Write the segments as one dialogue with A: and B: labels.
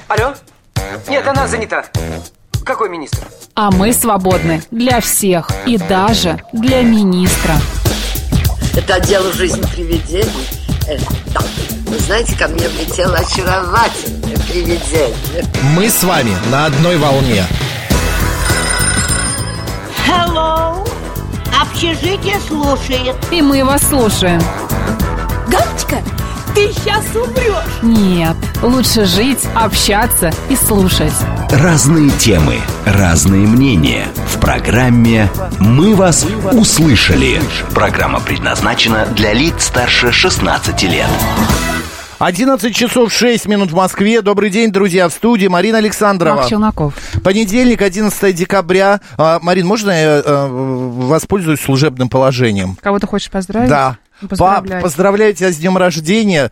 A: Алло? Нет, она занята. Какой министр?
B: А мы свободны для всех и даже для министра.
C: Это отдел «Жизнь привидений». Да. Вы знаете, ко мне влетело очаровательное привидение.
D: Мы с вами на одной волне.
E: Hello. Общежитие слушает.
B: И мы вас слушаем.
E: Галочка, ты сейчас умрешь.
B: Нет, лучше жить, общаться и слушать.
F: Разные темы, разные мнения. В программе «Мы вас услышали». Программа предназначена для лиц старше 16 лет.
D: 11 часов 6 минут в Москве. Добрый день, друзья, в студии Марина Александрова.
B: Марк Челноков.
D: Понедельник, 11 декабря. Марин, можно я воспользуюсь служебным положением?
B: Кого ты хочешь поздравить?
D: Да. Пап, поздравляю тебя с днем рождения.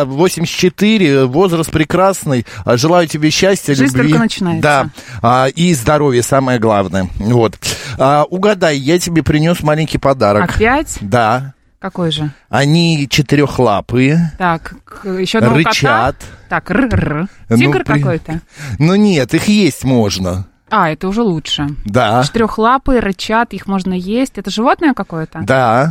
D: 84, возраст прекрасный. Желаю тебе счастья,
B: жизнь
D: любви.
B: Только начинается.
D: Да. И здоровья, самое главное. Вот. Угадай, я тебе принес маленький подарок.
B: Опять?
D: Да.
B: Какой же?
D: Они четырехлапые.
B: Так, еще одного
D: рычат.
B: Кота. Так, р-р-р. Тигр какой-то?
D: Ну нет, их есть можно.
B: Это уже лучше.
D: Да.
B: Четырехлапые, рычат, их можно есть. Это животное какое-то?
D: Да.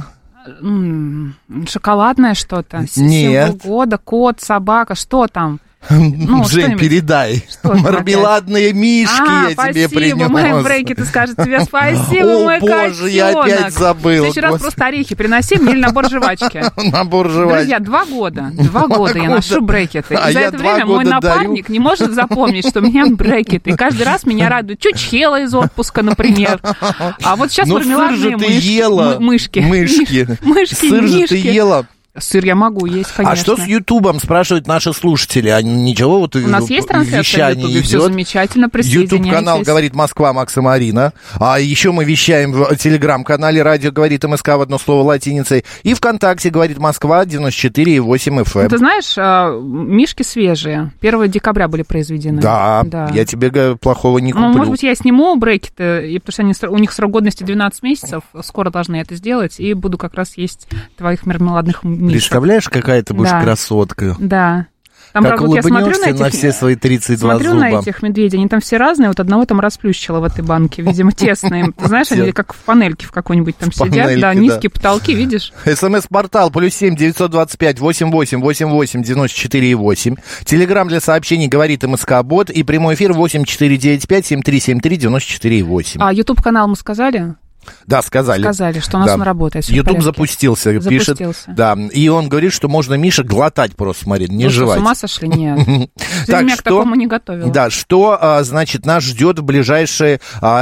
B: Шоколадное что-то?
D: Нет.
B: Символ года, кот, собака, что там?
D: Жень, передай. Мармеладные мишки я тебе принес.
B: Спасибо, мои брекеты скажут тебе спасибо, мой котенок.
D: О, боже, я опять забыл.
B: В следующий раз просто орехи приноси мне или набор жвачки.
D: Набор жвачки.
B: Друзья, 2 года я ношу брекеты. И за это время мой напарник не может запомнить, что у меня брекеты. И каждый раз меня радует чучело из отпуска, например. А вот сейчас мармеладные мышки.
D: Сыр же ты ела.
B: Сыр я могу есть, конечно.
D: А что с Ютубом, спрашивают наши слушатели? Ничего, вот
B: у нас есть трансляция в Ютубе, все замечательно, присоединяйтесь.
D: Ютуб-канал «Говорит Москва», Макс и Марина. А еще мы вещаем в телеграм-канале «Радио говорит МСК» в одно слово латиницей. И ВКонтакте «Говорит Москва» 94,8 FM.
B: Ты знаешь, мишки свежие. 1 декабря были произведены.
D: Да, я тебе плохого не куплю.
B: Может быть, я сниму брекеты, потому что у них срок годности 12 месяцев. Скоро должны это сделать. И буду как раз есть твоих мармеладных мишек.
D: Представляешь, какая ты будешь красотка?
B: Да. Там,
D: как
B: правда,
D: улыбнешься на все свои 32
B: смотрю
D: зуба.
B: На этих медведей, они там все разные, вот одного там расплющило в этой банке, видимо, тесные. Ты знаешь, они как в панельке в какой-нибудь там сидят, да, низкие потолки, видишь?
D: СМС-портал +7 925 88 88 94,8. Телеграм для сообщений «Говорит МСК-бот» и прямой эфир 8495 7373 94,8.
B: А YouTube-канал мы сказали?
D: Да, сказали.
B: Сказали, что у нас он работает.
D: YouTube запустился, пишет. Да, и он говорит, что можно мишек глотать просто, Марин, не жевать.
B: С ума сошли? Нет. Ты меня к такому не готовила.
D: Да, что, значит, нас ждет в ближайшие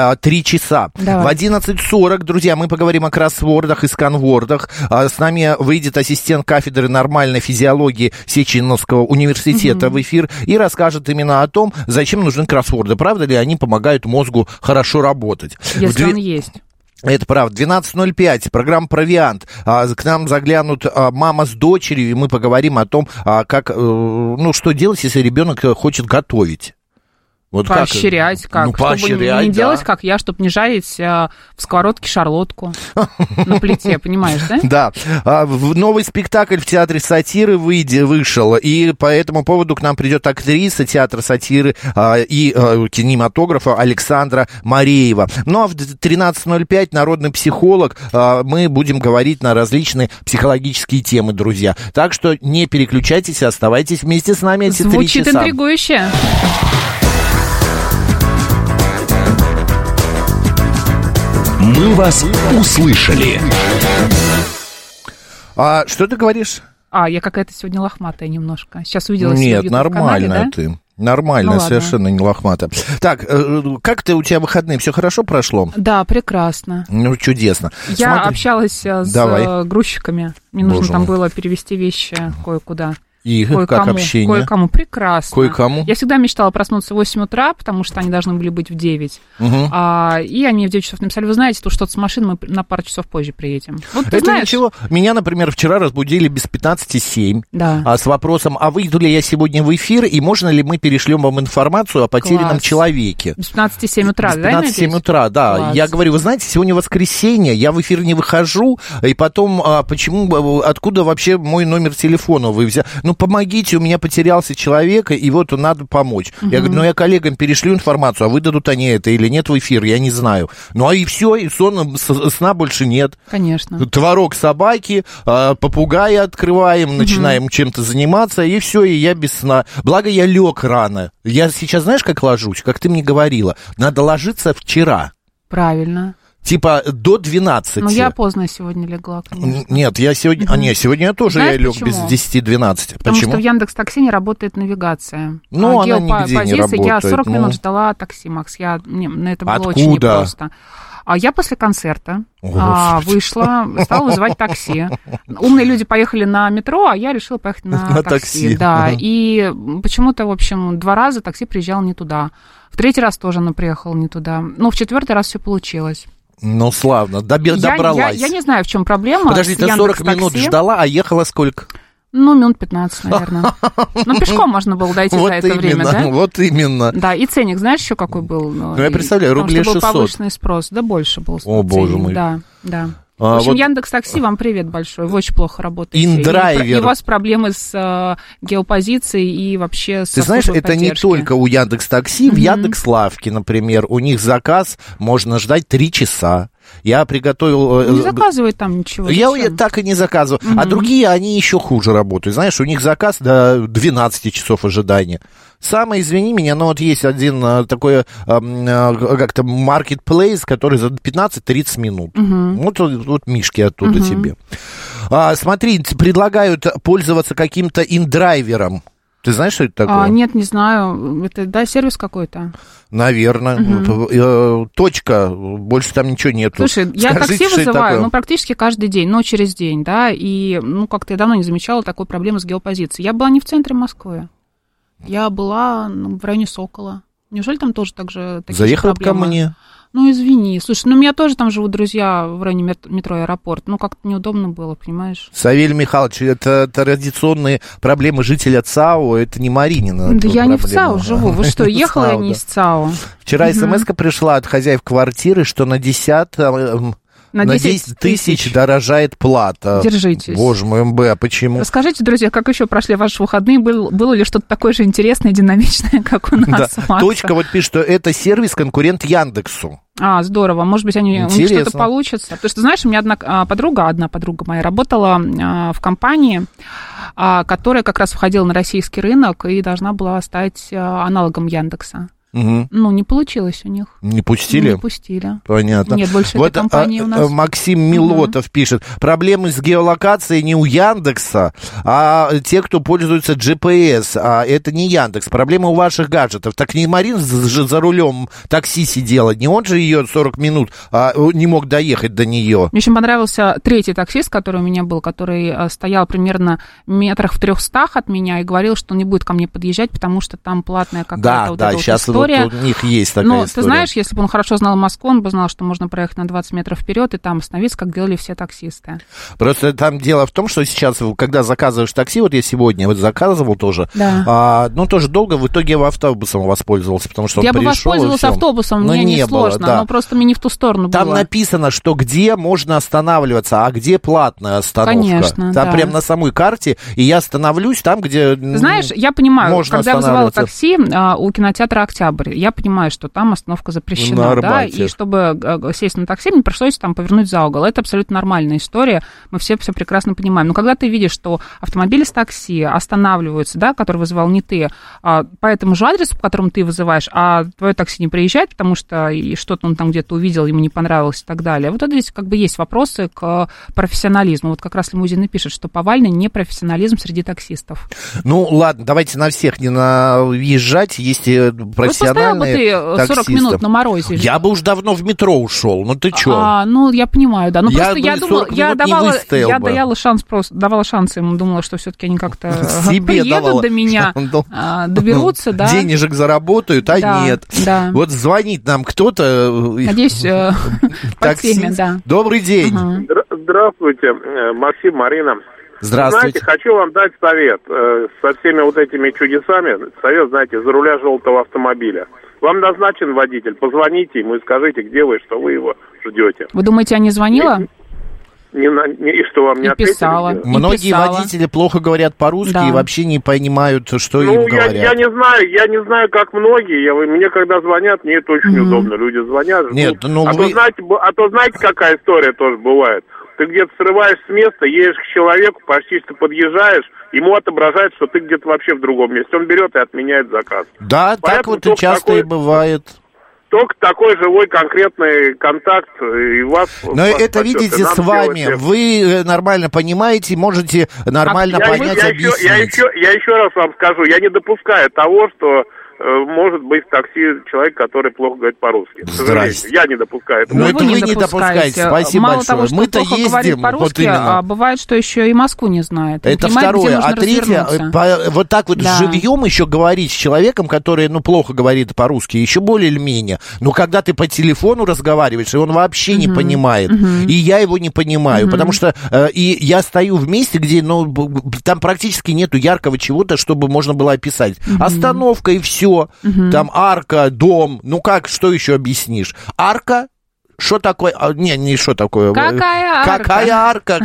D: 3 часа.
B: Давай.
D: В 11:40, друзья, мы поговорим о кроссвордах и сканвордах. С нами выйдет ассистент кафедры нормальной физиологии Сеченовского университета в эфир и расскажет именно о том, зачем нужны кроссворды. Правда ли они помогают мозгу хорошо работать?
B: Если он есть.
D: Это правда. 12:05, программа «Провиант». К нам заглянут мама с дочерью, и мы поговорим о том, как, что делать, если ребенок хочет готовить. Вот
B: поощрять как?
D: Поощрять,
B: чтобы не делать, как я, чтобы не жарить в сковородке шарлотку на плите, понимаешь, да?
D: Да. Новый спектакль в Театре сатиры вышел, и по этому поводу к нам придет актриса Театра сатиры и кинематографа Александра Мареева. Ну а в 13:05 народный психолог. Мы будем говорить на различные психологические темы, друзья. Так что не переключайтесь, оставайтесь вместе с нами эти 3 часа.
B: Звучит интригующе.
F: Мы вас услышали.
D: Что ты говоришь?
B: Я какая-то сегодня лохматая немножко. Сейчас увидела
D: Нет, нормально
B: да?
D: ты. Нормально, совершенно не лохмато. Так, как ты, у тебя выходные, все хорошо прошло?
B: Да, прекрасно.
D: Ну, чудесно.
B: Я общалась с грузчиками. Мне нужно там было перевезти вещи кое-куда.
D: И как общение?
B: Кое-кому прекрасно.
D: Кое-кому?
B: Я всегда мечтала проснуться в 8 утра, потому что они должны были быть в 9. И они мне в 9 часов написали: вы знаете, тут что-то с машиной, мы на пару часов позже приедем. Вот ты знаешь.
D: Ничего. Меня, например, вчера разбудили без 15:07 с вопросом: а выйду ли я сегодня в эфир, и можно ли мы перешлем вам информацию о потерянном человеке?
B: Без 15:07 утра,
D: да? Без 15:07 утра, да. Класс. Я говорю: вы знаете, сегодня воскресенье, я в эфир не выхожу, и потом, откуда вообще мой номер телефона вы взяли? ну, помогите, у меня потерялся человек, и вот надо помочь. Я говорю, ну, я коллегам перешлю информацию, а выдадут они это или нет в эфир, я не знаю. Ну, а и все, и сна больше нет.
B: Конечно.
D: Творог собаки, попугая открываем, начинаем чем-то заниматься, и все, и я без сна. Благо, я лег рано. Я сейчас, знаешь, как ложусь? Как ты мне говорила, надо ложиться вчера.
B: Правильно.
D: Типа до 12.
B: Ну, я поздно сегодня легла, конечно.
D: Нет, я сегодня... сегодня я тоже
B: Знаешь,
D: лег
B: почему?
D: без 10-12.
B: Потому
D: Почему?
B: что в Яндекс.Такси не работает навигация.
D: Ну, она нигде не работает.
B: Я 40 минут ждала такси, Макс. Мне это было
D: Откуда?
B: очень непросто. А я после концерта вышла, стала вызывать такси. Умные люди поехали на метро, а я решила поехать на такси. Да, и почему-то, в общем, 2 раза такси приезжало не туда. В 3-й раз тоже оно приехало не туда. Но в 4-й раз все получилось.
D: Ну, славно, добралась.
B: Я не знаю, в чем проблема.
D: Подожди, ты 40 минут ждала, а ехала сколько?
B: Ну, минут 15, наверное. Ну, пешком можно было дойти за это время, да?
D: Вот именно.
B: Да, и ценник, знаешь, еще какой был?
D: Ну, я представляю, рублей 600.
B: Потому что был повышенный спрос, да, больше был.
D: О, боже мой.
B: Да. В общем, Яндекс.Такси, вам привет большой, вы очень плохо работаете.
D: Индрайвер.
B: И у вас проблемы с геопозицией и вообще с
D: Ты знаешь, это
B: поддержки.
D: не только у Яндекс.Такси, в Яндекс.Лавке, например, у них заказ можно ждать 3 часа. Я приготовил...
B: Не заказывай там ничего.
D: Я так и не заказываю. А другие, они еще хуже работают. Знаешь, у них заказ до 12 часов ожидания. Самое, извини меня, но вот есть один такой как-то маркетплейс, который за 15-30 минут. Вот мишки оттуда тебе. Смотри, предлагают пользоваться каким-то индрайвером. Ты знаешь, что это такое?
B: Нет, не знаю. Это, да, сервис какой-то?
D: Наверное. Точка. Больше там ничего нету.
B: Слушай, я такси вызываю, практически каждый день, но через день, да, и, как-то я давно не замечала такой проблемы с геопозицией. Я была не в центре Москвы. Я была в районе Сокола. Неужели там тоже так же такие
D: Заехал
B: проблемы?
D: ко мне.
B: Ну, извини. Слушай, у меня тоже там живут друзья в районе метро «Аэропорт». Как-то неудобно было, понимаешь?
D: Савелий Михайлович, это традиционные проблемы жителя ЦАО, это не Маринина.
B: Да я не в ЦАО живу. Вы что, ехала я не из ЦАО?
D: Вчера смс-ка пришла от хозяев квартиры, что на 10 тысяч дорожает плата.
B: Держитесь.
D: Боже мой, МБ, а почему?
B: Расскажите, друзья, как еще прошли ваши выходные? Было ли что-то такое же интересное, динамичное, как у нас?
D: Да. Точка вот пишет, что это сервис-конкурент Яндексу.
B: Здорово. Может быть, у них что-то получится. Потому что, знаешь, у меня одна подруга моя работала в компании, которая как раз входила на российский рынок и должна была стать аналогом Яндекса. Не получилось у них.
D: Не пустили?
B: Не пустили.
D: Понятно.
B: Нет больше этой компании у нас.
D: Максим Милотов пишет, проблемы с геолокацией не у Яндекса, а те, кто пользуется GPS, а это не Яндекс. Проблема у ваших гаджетов. Так не Марин же за рулем такси сидела, не он же ее 40 минут не мог доехать до нее.
B: Мне очень понравился 3-й таксист, который у меня был, который стоял примерно метрах в 300 от меня и говорил, что он не будет ко мне подъезжать, потому что там платная какая-то
D: сейчас
B: история.
D: Вот у них есть такая история.
B: Ты знаешь, если бы он хорошо знал Москву, он бы знал, что можно проехать на 20 метров вперед и там остановиться, как делали все таксисты.
D: Просто там дело в том, что сейчас, когда заказываешь такси, вот я сегодня заказывал тоже, тоже долго, в итоге я автобусом воспользовался, потому что он пришел.
B: Я бы воспользовался автобусом, мне не сложно, но просто мне не в ту сторону было.
D: Там написано, что где можно останавливаться, а где платная остановка.
B: Конечно,
D: там прям на самой карте, и я остановлюсь там, где
B: знаешь, я понимаю, когда я вызывала такси у кинотеатра «Октябрь», я понимаю, что там остановка запрещена, да, и чтобы сесть на такси, мне пришлось там повернуть за угол. Это абсолютно нормальная история, мы все прекрасно понимаем. Но когда ты видишь, что автомобили с такси останавливаются, да, который вызывал не ты, по этому же адресу, по которому ты вызываешь, а твое такси не приезжает, потому что что-то он там где-то увидел, ему не понравилось и так далее. Вот здесь как бы есть вопросы к профессионализму. Вот как раз Лимузин пишет, что повальный непрофессионализм среди таксистов.
D: Ну, ладно, давайте на всех не наезжать, есть профессиональные
B: постоял бы ты 40 минут на морозе.
D: Я бы уж давно в метро ушел, ну ты чё?
B: Я понимаю, да. Просто я думала, я давала шанс ему, думала, что все-таки они как-то приедут до меня, доберутся, да.
D: Денежек заработают, нет.
B: Да.
D: Вот звонит нам кто-то.
B: Надеюсь, по теме, да.
D: Добрый день.
G: Здравствуйте, Максим, Марина.
D: Здравствуйте.
G: Знаете, хочу вам дать совет. Со всеми вот этими чудесами, совет, знаете, за руля желтого автомобиля. Вам назначен водитель, позвоните ему и скажите, где вы, что вы его ждете.
B: Вы думаете, я не звонила?
G: И что вам не ответили?
D: Многие водители плохо говорят по-русски и вообще не понимают, что им говорят.
G: Я не знаю, как многие. Мне когда звонят, мне это очень удобно. Люди звонят.
D: Нет,
G: то знаете, какая история тоже бывает? Ты где-то срываешь с места, едешь к человеку, почти что подъезжаешь, ему отображает, что ты где-то вообще в другом месте. Он берет и отменяет заказ.
D: Да, так вот и часто и бывает.
G: Только такой живой конкретный контакт и вас...
D: Но это, видите, с вами. Вы нормально понимаете, можете нормально понять, объяснить.
G: Я еще раз вам скажу, я не допускаю того, что может быть в такси человек, который плохо говорит по-русски.
D: Здрасте.
G: Я не допускаю этого.
D: Но это вы не допускаете. Спасибо
B: Мало
D: большое.
B: того, что
D: мы-то
B: плохо
D: ездим,
B: говорит по-русски, а бывает, что еще и Москву не знает.
D: Это второе. А третье, вот так вот живьем еще говорить с человеком, который, плохо говорит по-русски, еще более или менее. Но когда ты по телефону разговариваешь, и он вообще не понимает, и я его не понимаю, потому что и я стою в месте, где, там практически нету яркого чего-то, чтобы можно было описать. Остановка и все. Там арка, дом. Что еще объяснишь? Арка? Что такое? Не что такое.
B: Какая арка?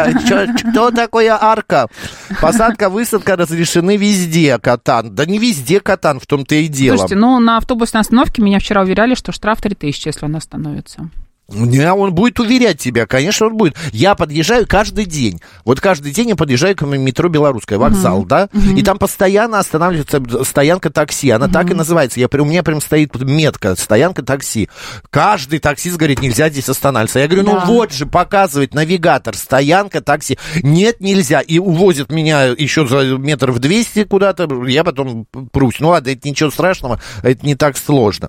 D: Что такое арка? Посадка, высадка разрешены везде, Катан. Да не везде, Катан, в том-то и дело.
B: Слушайте, на автобусной остановке меня вчера уверяли, что штраф 3000, если он остановится.
D: Он будет уверять тебя, конечно, он будет. Я подъезжаю каждый день. Вот каждый день я подъезжаю к метро Белорусское, вокзал, да? И там постоянно останавливается стоянка такси. Она так и называется. У меня прям стоит метка стоянка такси. Каждый таксист говорит, нельзя здесь останавливаться. Я говорю, вот же показывает навигатор, стоянка такси. Нет, нельзя. И увозят меня еще за 200 метров куда-то. Я потом прусь. Ладно, это ничего страшного, это не так сложно.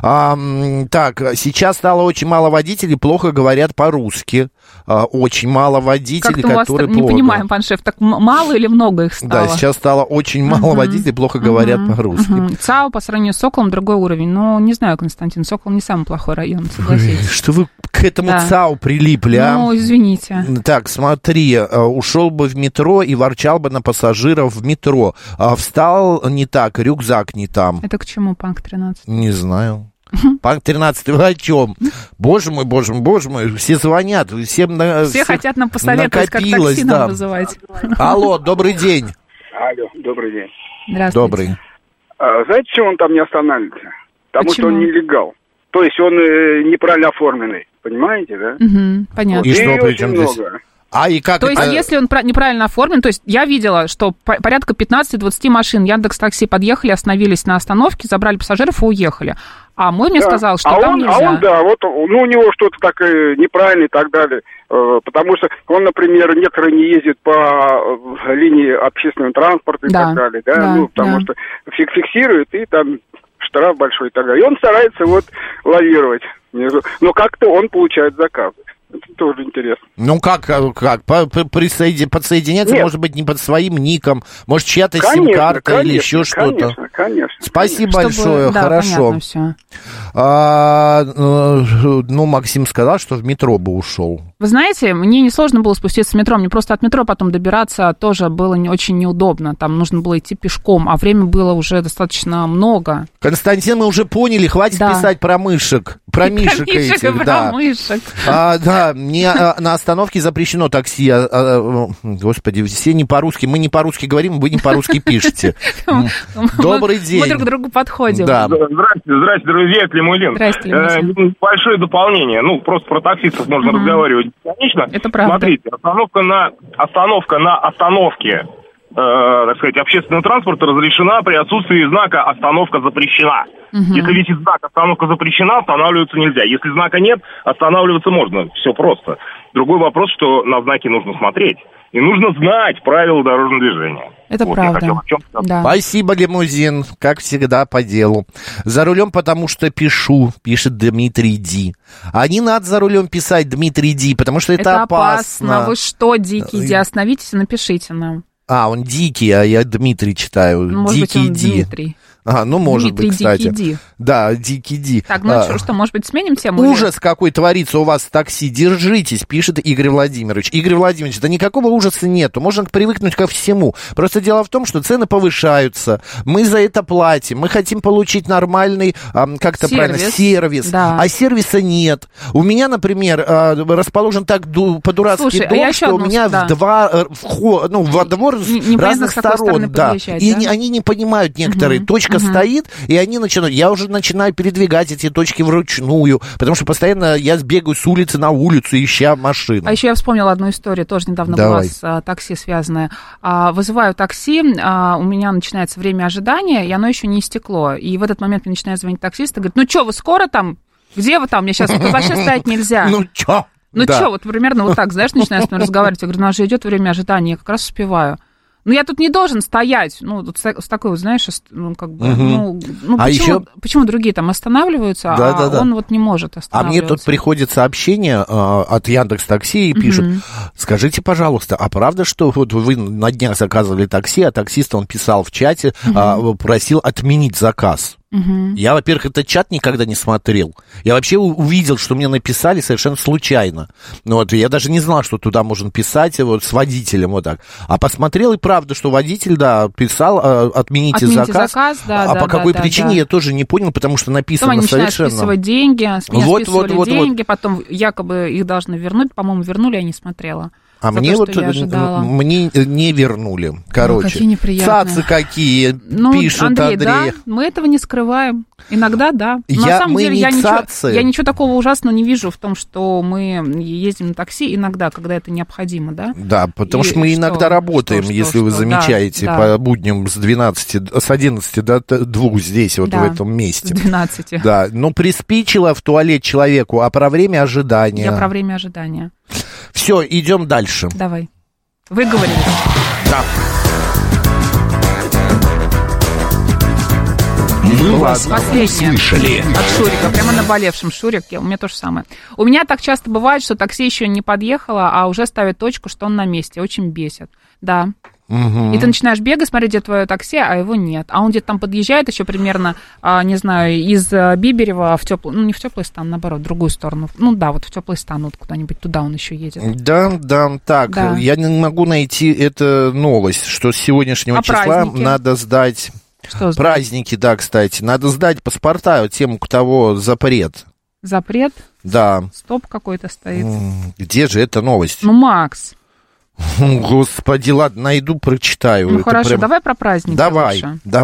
D: Так, сейчас стало очень мало водителей плохо говорят по-русски. Очень мало водителей, которые плохо...
B: Не понимаем, пан шеф, так мало или много их стало?
D: Да, сейчас стало очень мало водителей, плохо говорят по-русски.
B: ЦАО по сравнению с Соколом другой уровень. Не знаю, Константин, Сокол не самый плохой район, согласитесь.
D: Что вы к этому ЦАО прилипли, а?
B: Извините.
D: Так, смотри, ушел бы в метро и ворчал бы на пассажиров в метро. Встал не так, рюкзак не там.
B: Это к чему, Панк 13?
D: Не знаю. Панк 13, вы о чем? Боже мой, все звонят,
B: все хотят нам посоветовать, как такси нам вызывать.
D: Алло, добрый день.
H: Алло, добрый день.
B: Здравствуйте.
D: Добрый.
H: Знаете, почему он там не останавливается? Потому что он нелегал. То есть он неправильно оформленный, понимаете, да?
B: Понятно.
D: И что при чем здесь?
B: То есть, если он неправильно оформлен, то есть я видела, что порядка 15-20 машин Яндекс.Такси подъехали, остановились на остановке, забрали пассажиров и уехали. А мой мне сказал, что там нельзя.
H: У него что-то так неправильно и так далее. Потому что он, например, некоторые не ездят по линии общественного транспорта и так далее, потому что фиксирует, и там штраф большой и так далее. И он старается лавировать. Но как-то он получает заказы. Это тоже интересно.
D: Как? Подсоединяться,
H: Нет.
D: Может быть, не под своим ником, может, чья-то сим-карта или еще что-то.
H: Конечно.
D: Спасибо большое, хорошо. Максим сказал, что в метро бы ушел.
B: Вы знаете, мне несложно было спуститься в метро, мне просто от метро потом добираться тоже было очень неудобно, там нужно было идти пешком, а время было уже достаточно много.
D: Константин, мы уже поняли, хватит писать про мышек, про мишек этих,
B: да. Мышек.
D: Да, мне на остановке запрещено такси, господи, все не по-русски, мы не по-русски говорим, вы не по-русски пишете. Добрый день.
B: Мы друг к другу подходим.
D: Да.
G: Здравствуйте, друзья, Климулин. Большое дополнение, просто про таксистов можно разговаривать бесконечно.
B: Это правда.
G: Смотрите, остановка на остановке, так сказать, общественного транспорта разрешена при отсутствии знака «Остановка запрещена». Если висит знак «Остановка запрещена», останавливаться нельзя. Если знака нет, останавливаться можно. Все просто. Другой вопрос, что на знаки нужно смотреть. И нужно знать правила дорожного движения.
B: Это правда.
D: Да. Спасибо, лимузин. Как всегда, по делу. За рулем, потому что пишу, пишет Дмитрий Ди. А не надо за рулем писать, Дмитрий Ди, потому что это опасно.
B: Вы что, Дикий Ди, остановитесь и напишите нам.
D: Он Дикий, а я Дмитрий читаю.
B: Может
D: Дикий
B: быть, он
D: Ди.
B: Дмитрий.
D: Ну, может
B: Дмитрий,
D: быть, кстати.
B: Дикий Ди.
D: Да, Дикий Ди.
B: Так, что, может быть, сменим тему?
D: Ужас какой творится у вас в такси. Держитесь, пишет Игорь Владимирович. Игорь Владимирович, да никакого ужаса нету. Можно привыкнуть ко всему. Просто дело в том, что цены повышаются. Мы за это платим. Мы хотим получить нормальный, как-то правильно, сервис. Да. А сервиса нет. У меня, например, расположен так по-дурацки дом, что у меня во двор с разных сторон. Да. И они не понимают некоторые. Точка стоит, и они начинают... Я уже начинаю передвигать эти точки вручную, потому что постоянно я сбегаю с улицы на улицу, ища машину.
B: А еще я вспомнила одну историю, тоже недавно была с такси связанная. Вызываю такси, у меня начинается время ожидания, и оно еще не истекло. И в этот момент мне начинает звонить таксист и говорит, ну что, вы скоро там? Где вы там? Мне сейчас вообще стоять нельзя.
D: Ну что?
B: Что, вот примерно вот так, знаешь, начинаю с мной разговаривать. Я говорю, у нас же идет время ожидания, я как раз успеваю. Ну, я тут не должен стоять, вот с такой, вот, знаешь, почему другие там останавливаются, он вот не может останавливаться.
D: А мне тут приходит сообщение от Яндекс.Такси и пишут, скажите, пожалуйста, а правда, что вот вы на днях заказывали такси, а таксист, он писал в чате, просил отменить заказ? Я, во-первых, этот чат никогда не смотрел. Я вообще увидел, что мне написали совершенно случайно. Я даже не знал, что туда можно писать с водителем вот так. А посмотрел, и правда, что водитель, писал, отмените заказ. По какой причине, я тоже не понял, потому что написано
B: потом они
D: совершенно...
B: списывать деньги, с меня списывали деньги, потом якобы их должны вернуть, по-моему, вернули, я не смотрела.
D: А мне мне не вернули. Короче, цацы какие, пишет Андрей.
B: Да, мы этого не скрываем. Иногда, да. Но на самом деле я ничего такого ужасного не вижу в том, что мы ездим на такси иногда, когда это необходимо, да?
D: Да, потому что мы иногда работаем, если вы замечаете, по будням с 11 до 2 здесь, вот в этом месте.
B: С 12.
D: Да, но приспичило в туалет человеку, а про время ожидания.
B: Я про время ожидания.
D: Все, идем дальше.
B: Давай. Выговорились.
D: Да.
F: Мы вас услышали.
B: От Шурика, прямо наболевшим. Шурик, у меня то же самое. У меня так часто бывает, что такси еще не подъехало, а уже ставит точку, что он на месте. Очень бесит. Да. И ты начинаешь бегать, смотреть, где твое такси, а его нет. А он где-то там подъезжает еще примерно, не знаю, из Биберева в теплый, не в теплый стан, наоборот, в другую сторону. Вот в теплый стан, вот куда-нибудь туда он еще едет.
D: Да, так, да. Я не могу найти эту новость, что с сегодняшнего числа праздники? Надо сдать... Что праздники, да, кстати. Надо сдать паспорта тем, у кого запрет.
B: Запрет?
D: Да.
B: Стоп какой-то стоит.
D: Где же эта новость?
B: Макс.
D: Господи, ладно, найду, прочитаю.
B: Хорошо, давай про праздники.
D: Давай.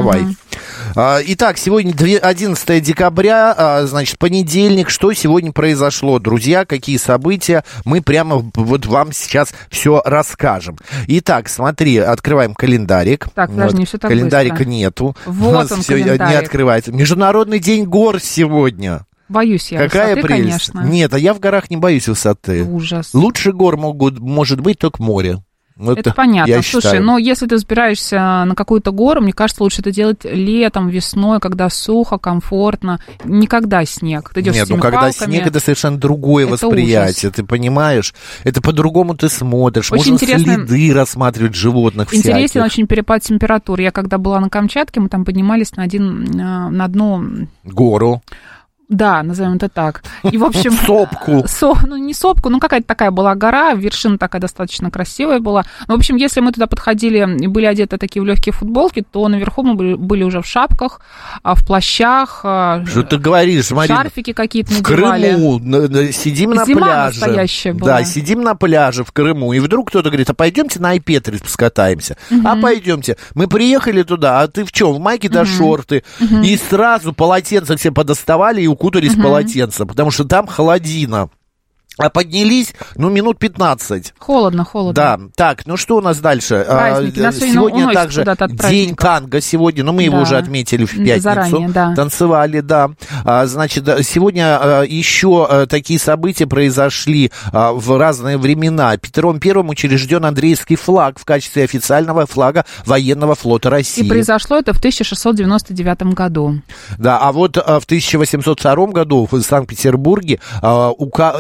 D: Итак, сегодня 11 декабря, значит, понедельник. Что сегодня произошло, друзья? Какие события? Мы прямо вот вам сейчас все расскажем. Итак, смотри, открываем календарик.
B: Так, даже не все так
D: календарика
B: быстро.
D: Нету.
B: Вот он, календарик.
D: Не открывается. Международный день гор сегодня.
B: Боюсь я
D: Какая
B: высоты,
D: прелесть.
B: Конечно.
D: Нет, а я в горах не боюсь высоты.
B: Ужас.
D: Лучше гор может быть только море.
B: Это понятно. Слушай, но если ты взбираешься на какую-то гору, мне кажется, лучше это делать летом, весной, когда сухо, комфортно. Никогда снег. Ты идешь с этими
D: когда
B: палками.
D: снег, это совершенно другое восприятие. Ужас. Ты понимаешь? Это по-другому ты смотришь.
B: Очень
D: можно следы рассматривать животных
B: интересен
D: всяких.
B: Очень перепад температур. Я когда была на Камчатке, мы там поднимались на одну
D: гору.
B: Да, назовем это так. И, в общем...
D: Сопку.
B: Не сопку, какая-то такая была гора, вершина такая достаточно красивая была. В общем, если мы туда подходили и были одеты такие в легкие футболки, то наверху мы были уже в шапках, в плащах.
D: Что ты говоришь, Марина?
B: Шарфики какие-то надевали.
D: В Крыму сидим на
B: Зима
D: пляже.
B: Настоящая была.
D: Да, сидим на пляже в Крыму, и вдруг кто-то говорит, а пойдемте на Айпетри скатаемся. А пойдемте. Мы приехали туда, а ты в чем? В майке да шорты. И сразу полотенца все подоставали и укутались в полотенце, потому что там холодина. А поднялись, минут 15.
B: Холодно.
D: Да, так, что у нас дальше? Сегодня также день танго сегодня, мы его уже отметили в пятницу.
B: Заранее, да.
D: Танцевали, да. Значит, сегодня еще такие события произошли в разные времена. Петром I учрежден Андреевский флаг в качестве официального флага военного флота России.
B: И произошло это в 1699 году.
D: Да, а вот в 1802 году в Санкт-Петербурге издан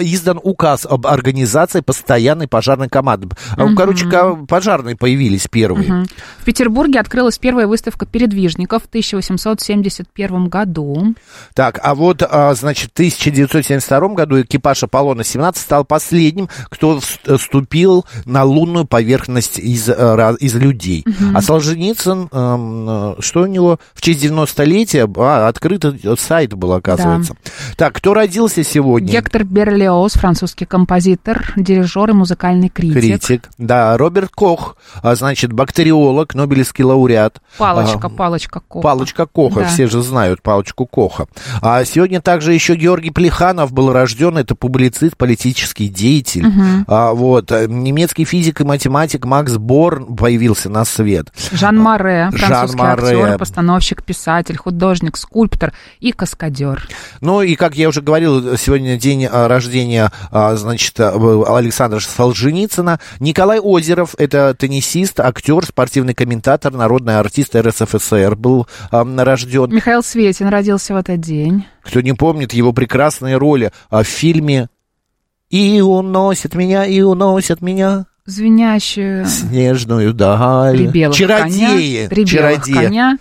D: указ об организации постоянной пожарной команды. Короче, пожарные появились первые.
B: В Петербурге открылась первая выставка передвижников в 1871 году.
D: Так, а вот, значит, в 1972 году экипаж Аполлона-17 стал последним, кто вступил на лунную поверхность из людей. А Солженицын, что у него в честь 90-летия, открытый сайт был, оказывается. Да. Так, кто родился сегодня?
B: Гектор Берлиоз, французский композитор, дирижер и музыкальный критик.
D: Да, Роберт Кох, значит, бактериолог, нобелевский лауреат.
B: Палочка Коха.
D: Палочка Коха, да. Все же знают палочку Коха. А сегодня также еще Георгий Плеханов был рожден, это публицист, политический деятель. Вот, немецкий физик и математик Макс Борн появился на свет.
B: Жан Море, французский актер, постановщик, писатель, художник, скульптор и каскадер.
D: Ну и, как я уже говорил, сегодня день рождения, значит, Александра Солженицына. Николай Озеров, это теннисист, актер, спортивный комментатор, народный артист РСФСР был рожден.
B: Михаил Светин родился в этот день.
D: Кто не помнит его прекрасные роли в фильме «И уносит меня, и уносит меня».
B: Звенящую
D: снежную даль. Чародеи.
B: Коня.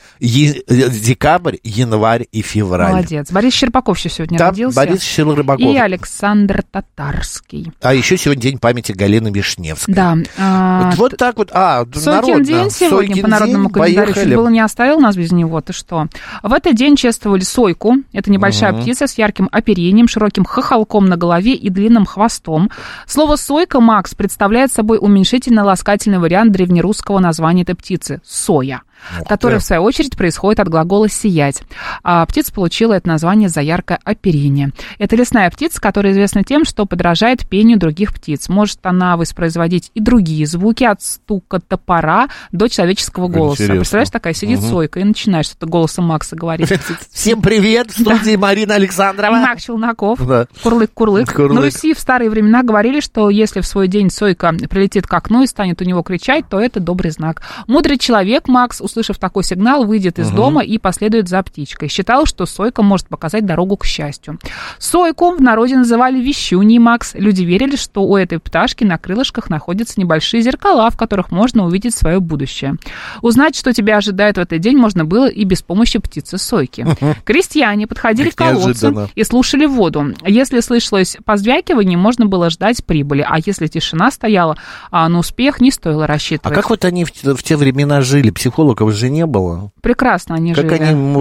D: Декабрь, январь и февраль.
B: Молодец. Борис Щербаков еще сегодня родился.
D: Борис Щербаков.
B: И Александр Татарский.
D: А еще сегодня день памяти Галины Вишневской.
B: Да.
D: Вот так вот.
B: Сойкин день сегодня
D: Сойкин
B: по народному календарю. Чуть было не оставил нас без него. Ты что? В этот день чествовали сойку. Это небольшая птица с ярким оперением, широким хохолком на голове и длинным хвостом. Слово «сойка», Макс, представляет собой уменьшительно-ласкательный вариант древнерусского названия этой птицы – соя, которая, в свою очередь, происходит от глагола «сиять». А птица получила это название за яркое оперение. Это лесная птица, которая известна тем, что подражает пению других птиц. Может она воспроизводить и другие звуки, от стука топора до человеческого голоса. Интересно. Представляешь, такая сидит сойка и начинает что-то голосом Макса говорить.
D: Всем привет, в студии Марина Александрова.
B: Мак Челноков. Курлык-курлык. На Руси в старые времена говорили, что если в свой день сойка прилетит к окну и станет у него кричать, то это добрый знак. Мудрый человек Макс, услышав такой сигнал, выйдет из дома и последует за птичкой. Считал, что сойка может показать дорогу к счастью. Сойку в народе называли вещуньей, Макс. Люди верили, что у этой пташки на крылышках находятся небольшие зеркала, в которых можно увидеть свое будущее. Узнать, что тебя ожидает в этот день, можно было и без помощи птицы-сойки. Крестьяне подходили к колодцу и слушали воду. Если слышалось позвякивание, можно было ждать прибыли, а если тишина стояла, на успех не стоило рассчитывать.
D: А как вот они в те времена жили? Психологов же не было.
B: Прекрасно они жили.
D: Как они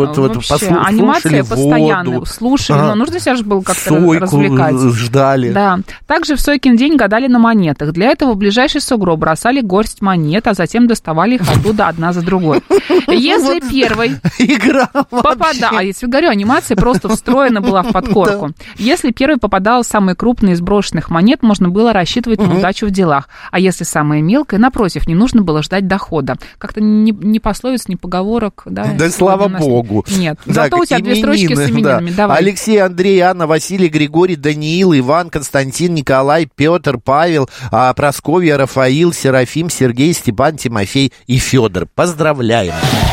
B: анимация постоянная. Слушали, но нужно себя же было как-то развлекать.
D: Ждали.
B: Да. Также в Сойкин день гадали на монетах. Для этого в ближайший сугроб бросали горсть монет, а затем доставали их оттуда одна за другой. Если первой попадала... Я тебе говорю, анимация просто встроена была в подкорку. Если первой попадала самая крупная из брошенных монет, можно было рассчитывать на удачу в делах. А если самая мелкая, напротив, не нужно было ждать дохода. Как-то ни пословиц, ни поговорок. Да
D: слава богу.
B: Нет. Зато у тебя две строчки с именинами.
D: Давай. Алексей, Андрей, Анна, Василий, Григорий, Даниил, Иван, Константин, Николай, Петр, Павел, Прасковья, Рафаил, Серафим, Сергей, Степан, Тимофей и Федор. Поздравляем!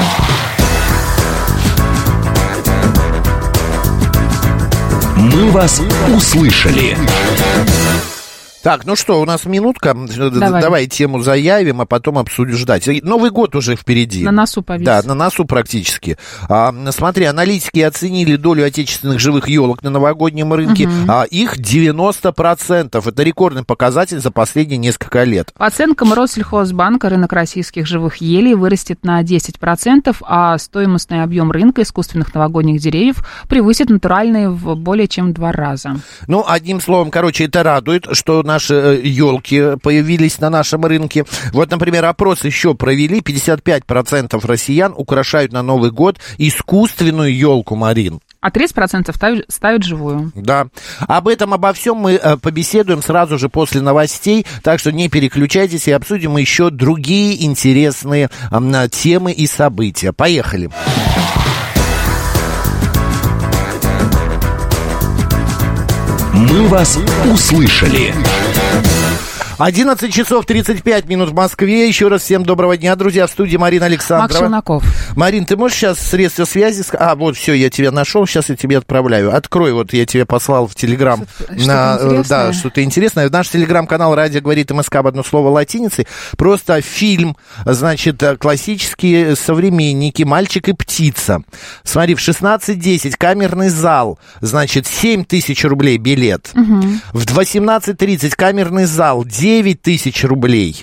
F: Мы вас услышали.
D: Так, ну что, у нас минутка. Давай тему заявим, а потом обсуждать. Новый год уже впереди.
B: На носу повис.
D: Да, на носу практически. Смотри, аналитики оценили долю отечественных живых елок на новогоднем рынке. Их 90%. Это рекордный показатель за последние несколько лет.
B: По оценкам Россельхозбанка, рынок российских живых елей вырастет на 10%, а стоимостный объем рынка искусственных новогодних деревьев превысит натуральные в более чем 2 раза.
D: Ну, одним словом, короче, это радует, что наши елки появились на нашем рынке. Вот, например, опрос еще провели. 55% россиян украшают на Новый год искусственную елку, Марин.
B: А 30% ставят живую.
D: Да. Об этом, обо всем мы побеседуем сразу же после новостей. Так что не переключайтесь и обсудим еще другие интересные темы и события. Поехали.
F: Мы вас услышали.
D: 11 часов 35 минут в Москве. Еще раз всем доброго дня, друзья. В студии Марина Александрова.
B: Макс Челноков.
D: Марин, ты можешь сейчас средства связи... вот, все, я тебя нашел, сейчас я тебе отправляю. Открой, вот я тебе послал в Телеграм. Что-то интересное. Наш Телеграм-канал «Радио говорит МСК» в одно слово латиницей. Просто фильм, значит, классические современники «Мальчик и птица». Смотри, в 16:10 камерный зал, значит, 7 тысяч рублей билет. В 18:30 камерный зал 9 тысяч рублей.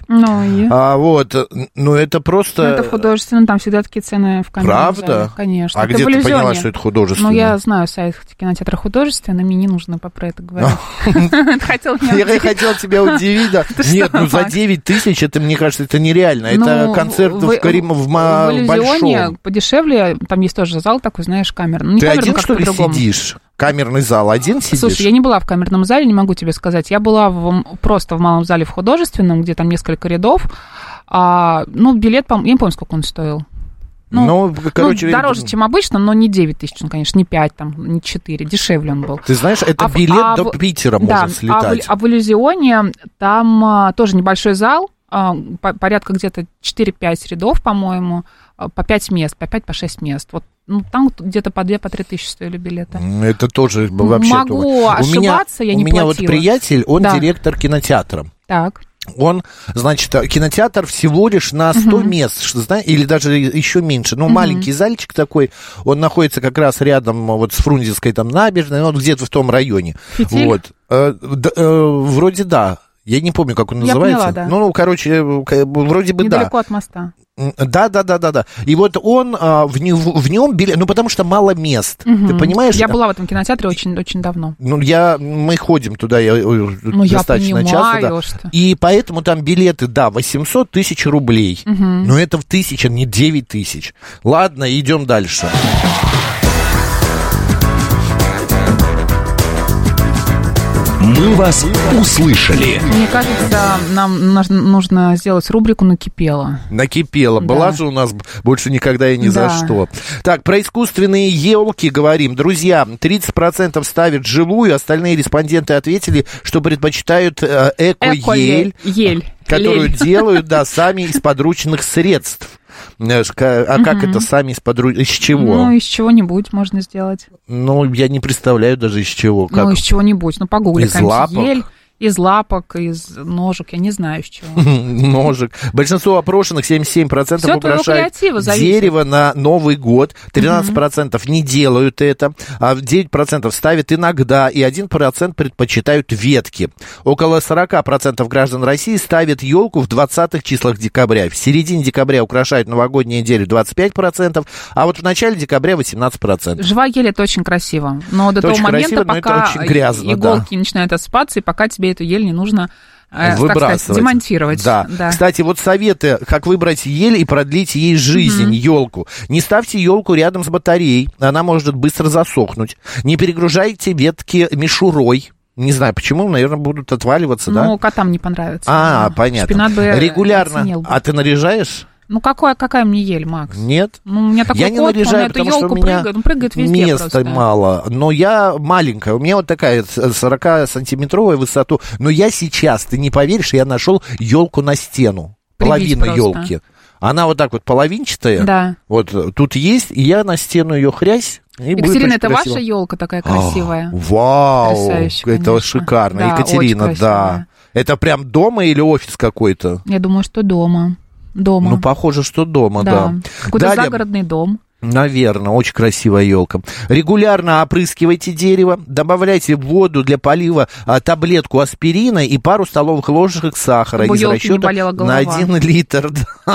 D: Это просто...
B: Это художественно, там всегда такие цены в камерном зале.
D: Правда?
B: Конечно.
D: А где ты поняла, что это художественно?
B: Я знаю сайт кинотеатра художественный, мне не нужно про это говорить.
D: Я хотел тебя удивить, да. Нет, за 9 тысяч, это, мне кажется, это нереально. Это концерт в большом.
B: В Иллюзионе подешевле, там есть тоже зал такой, знаешь, камерный.
D: Ты один, что ли, сидишь? Камерный зал один сидишь?
B: Слушай, я не была в камерном зале, не могу тебе сказать. Я была просто в малом зале в художественном, где там несколько рядов. Билет, я не помню, сколько он стоил. Дороже, чем обычно, но не 9 тысяч, конечно, не 5, не 4, дешевле он был.
D: Ты знаешь, это билет до Питера можно слетать.
B: А в Иллюзионе там тоже небольшой зал, порядка где-то 4-5 рядов, по-моему, по 5 мест, по 5-6 мест. Вот там где-то по 2-3 тысячи стоили билеты.
D: Это тоже вообще...
B: Могу ошибаться, я не платила.
D: У меня вот приятель, он директор кинотеатра.
B: Так.
D: Он, значит, кинотеатр всего лишь на 100 мест, или даже еще меньше. Маленький зальчик такой, он находится как раз рядом вот с Фрунзенской там набережной, где-то в том районе.
B: Фитиль?
D: Вот. Вроде да. Я не помню, как он называется.
B: Поняла,
D: да. Вроде бы
B: недалеко от моста.
D: Да. И вот он в нем билет, потому что мало мест. Ты понимаешь?
B: Я была в этом кинотеатре очень давно.
D: Мы ходим туда достаточно часто. Да.
B: Что...
D: И поэтому там билеты, 800 тысяч рублей. Но это в 1000, не 9 тысяч. Ладно, идем дальше.
F: Мы вас услышали.
B: Мне кажется, нам нужно сделать рубрику «Накипело».
D: Накипело. Да. Была же у нас больше никогда и ни за что. Так, про искусственные елки говорим. Друзья, 30% ставят живую, остальные респонденты ответили, что предпочитают эко-ель, которую делают, сами из подручных средств. Как это сами из чего?
B: Из чего-нибудь можно сделать.
D: Я не представляю даже из чего.
B: Из чего-нибудь. Погугли.
D: Из лапок?
B: Ель. Из лапок, из ножек, я не знаю, из чего.
D: Ножек. Большинство опрошенных, 77%,
B: все
D: украшают дерево на Новый год. 13% не делают это, а 9% ставят иногда, и 1% предпочитают ветки. Около 40% граждан России ставят елку в 20-х числах декабря. В середине декабря украшают новогоднюю неделю 25%, а вот в начале декабря 18%.
B: Живая ель — это очень красиво, но до того момента, пока иголки начинают осыпаться, и пока тебе эту ель не нужно, так сказать, демонтировать.
D: Да. Кстати, вот советы, как выбрать ель и продлить ей жизнь, елку. Не ставьте елку рядом с батареей, она может быстро засохнуть. Не перегружайте ветки мишурой. Не знаю, почему, наверное, будут отваливаться, да?
B: Котам не понравится.
D: Понятно.
B: Шпинат бы
D: регулярно. А ты наряжаешь?
B: Какая мне ель, Макс?
D: Нет?
B: У меня такой
D: я не наряжаю, потому что у меня
B: прыгает везде
D: места
B: просто.
D: мало. Но я маленькая. У меня вот такая 40-сантиметровая высоту. Но я сейчас, ты не поверишь, я нашел елку на стену. Половину елки. Она вот так вот половинчатая.
B: Да.
D: Вот тут есть, и я на стену ее хрясь.
B: Екатерина, это ваша елка такая красивая?
D: Вау! Это шикарно.
B: Да,
D: Екатерина, да. Это прям дома или офис какой-то?
B: Я думаю, что дома.
D: Похоже, что дома, да.
B: Какой-то загородный дом.
D: Наверное, очень красивая елка. Регулярно опрыскивайте дерево, добавляйте в воду для полива таблетку аспирина и пару столовых ложек сахара из расчета на 1 литр.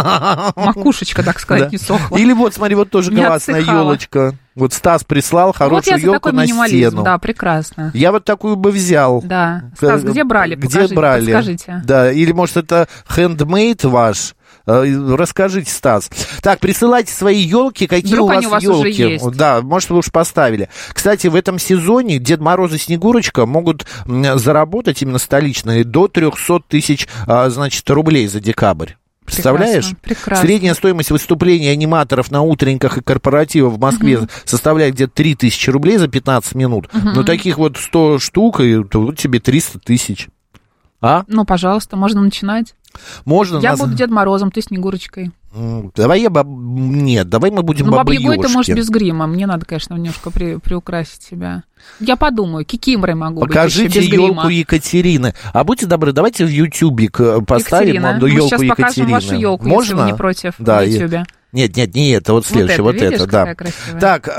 B: Макушечка, так сказать, не сохла.
D: Или смотри, тоже классная елочка. Вот Стас прислал хорошую елку на стену.
B: Да, прекрасно.
D: Я вот такую бы взял.
B: Да. Стас, где брали? Подскажите.
D: Да, или, может, это хендмейд ваш? Расскажите, Стас. Так, присылайте свои елки, какие
B: вдруг
D: у вас елки. Да, может, вы уж поставили. Кстати, в этом сезоне Дед Мороз и Снегурочка могут заработать, именно столичные, до 300 тысяч, рублей за декабрь. Представляешь?
B: Прекрасно.
D: Средняя стоимость выступлений аниматоров на утренниках и корпоративах в Москве составляет где-то 3000 рублей за 15 минут. Но таких вот 100 штук, и вот тебе 300 тысяч. А?
B: Ну, пожалуйста, можно начинать.
D: Можно.
B: Я буду Дедом Морозом, ты Снегурочкой.
D: Давай Нет, давай мы будем Баба-Ёшки.
B: Баба-Ягой ты можешь без грима. Мне надо, конечно, немножко приукрасить себя. Я подумаю, кикиморой могу
D: Покажите
B: быть еще без грима.
D: елку Екатерины. А будьте добры, давайте в Ютубик поставим елку Екатерины.
B: Мы сейчас покажем вашу елку, если вы не против, в Ютубе.
D: Нет, не это, вот следующее, вот это, да.
B: Красивая.
D: Так,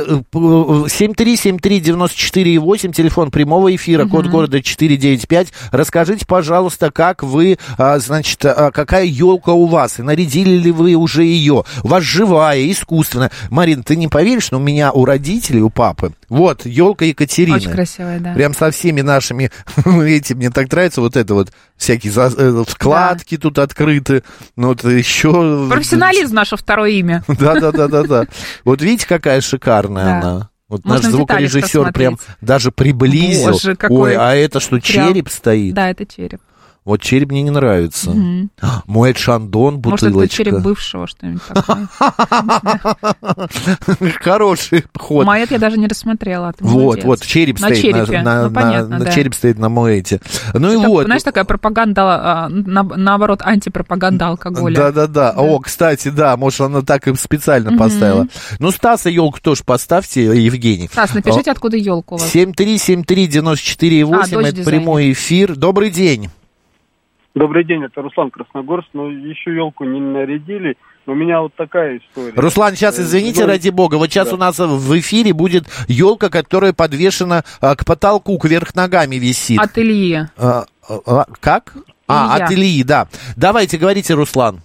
D: 7373948, телефон прямого эфира, код города 495. Расскажите, пожалуйста, как вы, значит, какая елка у вас, и нарядили ли вы уже ее? У вас живая, искусственная. Марин, ты не поверишь, но у меня у родителей, у папы, вот, елка Екатерины.
B: Очень красивая, да.
D: Прям со всеми нашими, этим, мне так нравится, вот это вот, всякие вкладки тут открыты, ну, вот еще...
B: Профессионализм наше второе имя.
D: Да. Вот видите, какая шикарная она. Вот
B: можно
D: наш звукорежиссер прям даже приблизил.
B: Боже, какой...
D: Ой, а это что, череп стоит?
B: Да, это череп.
D: Вот череп мне не нравится. Мой Шандон, бутылочка.
B: Может, это череп бывшего, что-нибудь такое.
D: Хороший ход.
B: Моэт я даже не рассмотрела.
D: Вот, череп стоит на череп стоит на Моэте. Ну и вот.
B: Знаешь, такая пропаганда, наоборот, антипропаганда алкоголя.
D: Да. О, кстати, да, может, она так и специально поставила. Ну, Стаса елку тоже поставьте, Евгений.
B: Стас, напишите, откуда елку у вас.
D: 7373948, это прямой эфир. Добрый день.
H: Добрый день, это Руслан Красногорск. Но еще елку не нарядили. У меня вот такая история.
D: Руслан, сейчас извините, ради бога. Вот сейчас у нас в эфире будет елка, которая подвешена к потолку, кверх ногами висит.
B: От Ильи.
D: Как? От Ильи, да. Давайте, говорите, Руслан.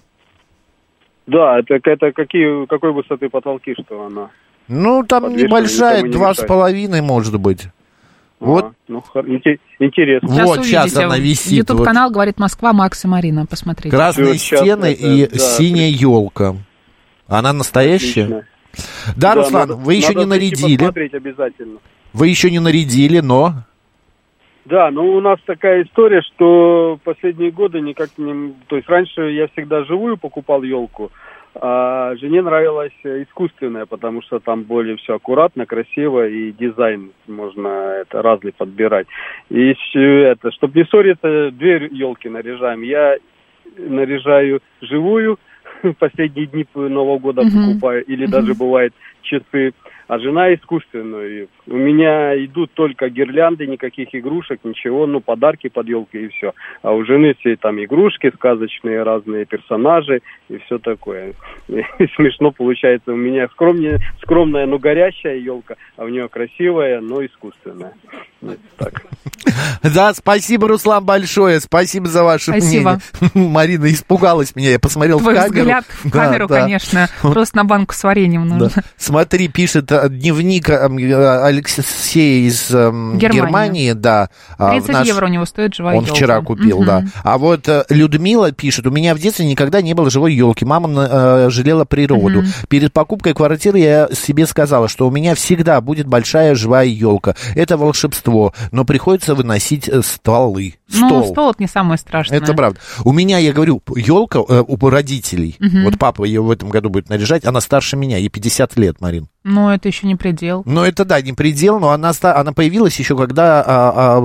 H: Да, это какой высоты потолки, что она?
D: Ну, там небольшая, 2,5, может быть. Вот.
H: Ну, интересно.
D: Вот сейчас она висит.
B: Ютуб-канал «Говорит Москва», Макс и Марина, посмотрите.
D: Красные стены и синяя елка. Она настоящая? Отлично. Да, Руслан, вы еще не нарядили.
H: Посмотреть обязательно.
D: Вы еще не нарядили, но...
H: Да, ну у нас такая история, что последние годы никак не... То есть раньше я всегда живую покупал елку, а жене нравилась искусственная, потому что там более все аккуратно, красиво, и дизайн можно разный подбирать. И чтобы не ссориться, 2 елки наряжаем. Я наряжаю живую, последние дни Нового года покупаю, или даже бывает часы, а жена искусственную. У меня идут только гирлянды, никаких игрушек, ничего, ну, подарки под елкой и все. А у жены все там игрушки, сказочные разные персонажи и все такое. И смешно получается. У меня скромная, но горящая елка, а у нее красивая, но искусственная. Вот так.
D: Да, спасибо, Руслан, большое. Спасибо за ваше мнение. Марина испугалась меня, я посмотрел
B: твой
D: в камеру.
B: Взгляд в камеру, конечно. Просто на банку с вареньем нужно.
D: Да. Смотри, пишет дневник Алексея из Германии. Да.
B: 30 евро у него стоит живая елка.
D: Он вчера купил, да. А вот Людмила пишет: у меня в детстве никогда не было живой елки. Мама жалела природу. Перед покупкой квартиры я себе сказала, что у меня всегда будет большая живая елка. Это волшебство. Но приходится выносить столы.
B: Ну, стол это не самое страшное.
D: Это правда. У меня, я говорю, елка у родителей. Вот папа ее в этом году будет наряжать. Она старше меня, ей 50 лет, Марин.
B: Ну, это еще не предел.
D: Ну, это да, не предел, но она появилась еще, когда,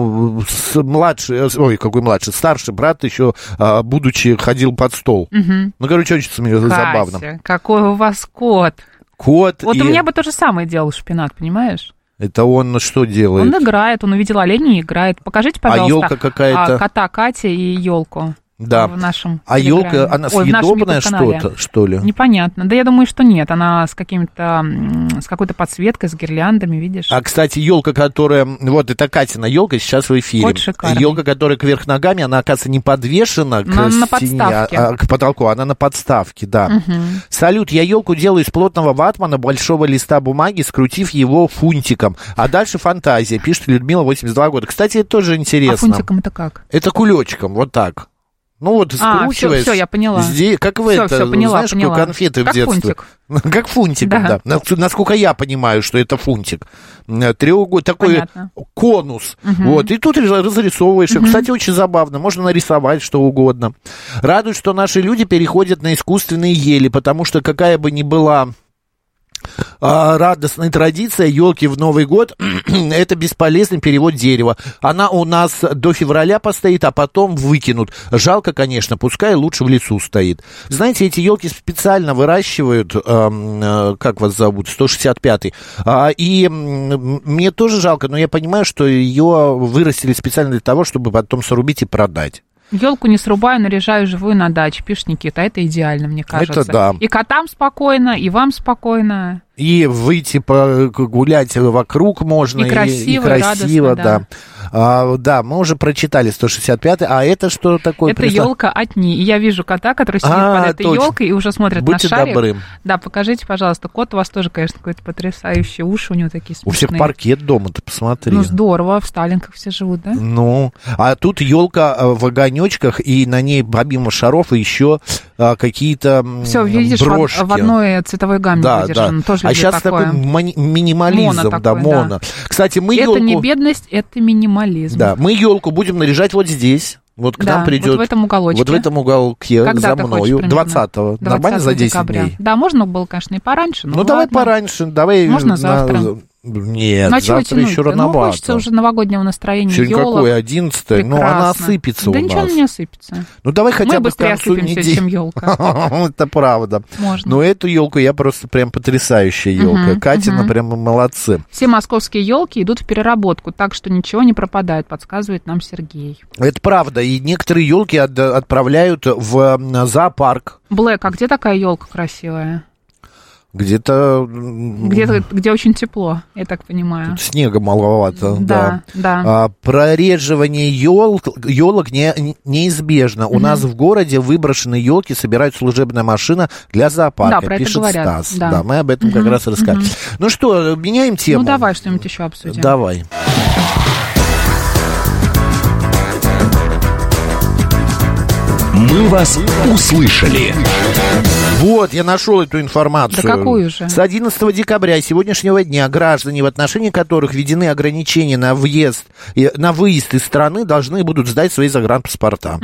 D: старший брат еще, будучи, ходил под стол. Ну, короче, очень забавно.
B: Какой у вас кот.
D: Вот
B: у меня бы то же самое делал шпинат, понимаешь?
D: Это он что делает?
B: Он играет, он увидел оленя и играет. Покажите, пожалуйста,
D: елка какая-то...
B: кота Катя и елку.
D: Да.
B: В нашем
D: елка, она съедобная что-то, что ли?
B: Непонятно. Да я думаю, что нет. Она с какой-то подсветкой, с гирляндами, видишь?
D: А, кстати, елка, которая... Вот, это Катина елка сейчас в эфире.
B: Вот шикарный.
D: Елка, которая кверх ногами, она, оказывается, не подвешена к стене, к потолку. Она на подставке, да. Салют, я елку делаю из плотного ватмана, большого листа бумаги, скрутив его фунтиком. А дальше фантазия, пишет Людмила, 82 года. Кстати, это тоже интересно.
B: А фунтиком это как?
D: Это кулечком, вот так. Ну вот, скручиваешь.
B: Все, я поняла.
D: Здесь, как вы знаешь, как конфеты в детстве? Фунтик. Как фунтик, да. Насколько я понимаю, что это фунтик. Треугольник, такой конус. Вот, и тут разрисовываешь. Кстати, очень забавно. Можно нарисовать что угодно. Радует, что наши люди переходят на искусственные ели, потому что какая бы ни была радостная традиция елки в Новый год – это бесполезный перевод дерева. Она у нас до февраля постоит, а потом выкинут. Жалко, конечно, пускай лучше в лесу стоит. Знаете, эти елки специально выращивают, как вас зовут, 165-й. И мне тоже жалко, но я понимаю, что ее вырастили специально для того, чтобы потом срубить и продать.
B: Елку не срубаю, наряжаю живую на даче, пишет Никита. Это идеально, мне кажется.
D: Это да.
B: И котам спокойно, и вам спокойно.
D: И выйти погулять вокруг можно.
B: И красиво,
D: и красиво, да. Да, мы уже прочитали 165-й. А это что такое?
B: Это елка Отни. И я вижу кота, который сидит под этой елкой и уже смотрит
D: Будьте
B: на шарик.
D: Добры.
B: Да, покажите, пожалуйста. Кот у вас тоже, конечно, какой-то потрясающий. Уши у него такие смешные.
D: У всех паркет дома, ты посмотри.
B: Ну, здорово. В Сталинках все живут, да?
D: Ну, а тут елка в огонечках, и на ней помимо шаров еще какие-то
B: все, видишь,
D: брошки.
B: В одной цветовой гамме выдержано. Тоже
D: а сейчас
B: такое.
D: такой минимализм,
B: моно
D: да,
B: такой,
D: моно.
B: да.
D: Кстати, мы
B: это
D: елку...
B: не бедность, это минимализм.
D: Да, мы елку будем наряжать вот здесь. Вот к нам придет.
B: Вот в этом уголочке.
D: Вот в этом уголке.
B: Когда
D: за мною. 20-го. Нормально за 10
B: декабря.
D: дней?
B: Да, можно было, конечно, и пораньше.
D: Ну, давай пораньше. Давай.
B: Можно завтра.
D: Нет, завтра еще рановато.
B: Ну, хочется уже новогоднего настроения.
D: Сегодня
B: елок.
D: Какое? 11-е? Ну, она осыпется
B: да
D: у нас.
B: ничего не осыпется.
D: Ну, давай хотя бы к концу недели.
B: Мы быстрее осыпемся, чем елка.
D: Это правда.
B: Можно.
D: Но эту елку я просто прям потрясающая елка. Катина прям молодцы.
B: Все московские елки идут в переработку, так что ничего не пропадает, подсказывает нам Сергей.
D: Это правда. И некоторые елки отправляют в зоопарк.
B: Блэк, а где такая елка красивая?
D: Где-то,
B: где очень тепло, я так понимаю.
D: Тут снега маловато.
B: Да.
D: Прореживание елок неизбежно. У нас в городе выброшенные елки собирает служебная машина для зоопарка,
B: про
D: пишет
B: это говорят.
D: Стас. Да, мы об этом как раз рассказали. Ну что, меняем тему?
B: Ну давай что-нибудь еще обсудим.
D: Давай.
F: Мы вас услышали.
D: Вот, я нашел эту информацию.
B: Да какую же?
D: С 11 декабря сегодняшнего дня граждане, в отношении которых введены ограничения на выезд из страны, должны будут сдать свои загранпаспорта.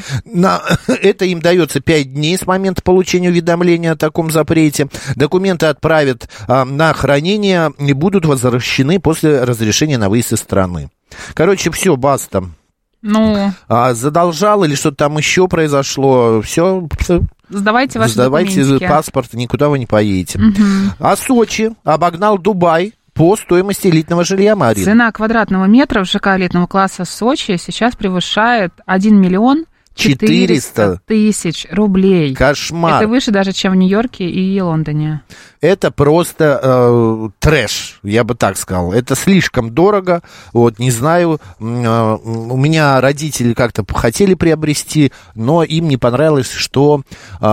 D: Это им дается 5 дней с момента получения уведомления о таком запрете. Документы отправят на хранение и будут возвращены после разрешения на выезд из страны. Короче, все, баста.
B: Ну.
D: Задолжал или что-то там еще произошло, все.
B: Сдавайте ваши документики.
D: Паспорт, никуда вы не поедете. А Сочи обогнал Дубай по стоимости элитного жилья, Марина.
B: Цена квадратного метра в ЖК элитного класса Сочи сейчас превышает 1 миллион 400 тысяч рублей.
D: Кошмар.
B: Это выше даже, чем в Нью-Йорке и Лондоне.
D: Это просто трэш, я бы так сказал. Это слишком дорого. Вот, не знаю, у меня родители как-то хотели приобрести, но им не понравилось, что